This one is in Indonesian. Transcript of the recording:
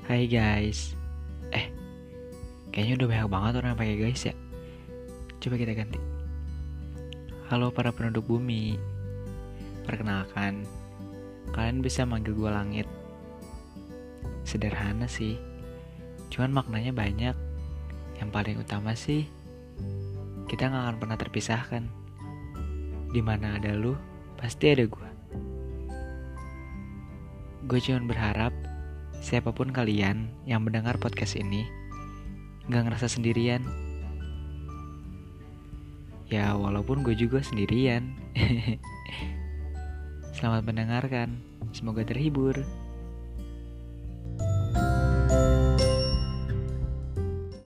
Hai guys. Eh, kayaknya udah banyak banget orang yang pakai guys ya. Coba kita ganti. Halo para penduduk bumi. Perkenalkan, kalian bisa manggil gue Langit. Sederhana sih, cuman maknanya banyak. Yang paling utama sih, kita gak akan pernah terpisahkan. Dimana ada lu, pasti ada gue. Gue cuman berharap siapapun kalian yang mendengar podcast ini gak ngerasa sendirian. Ya walaupun gue juga sendirian. Selamat mendengarkan, semoga terhibur.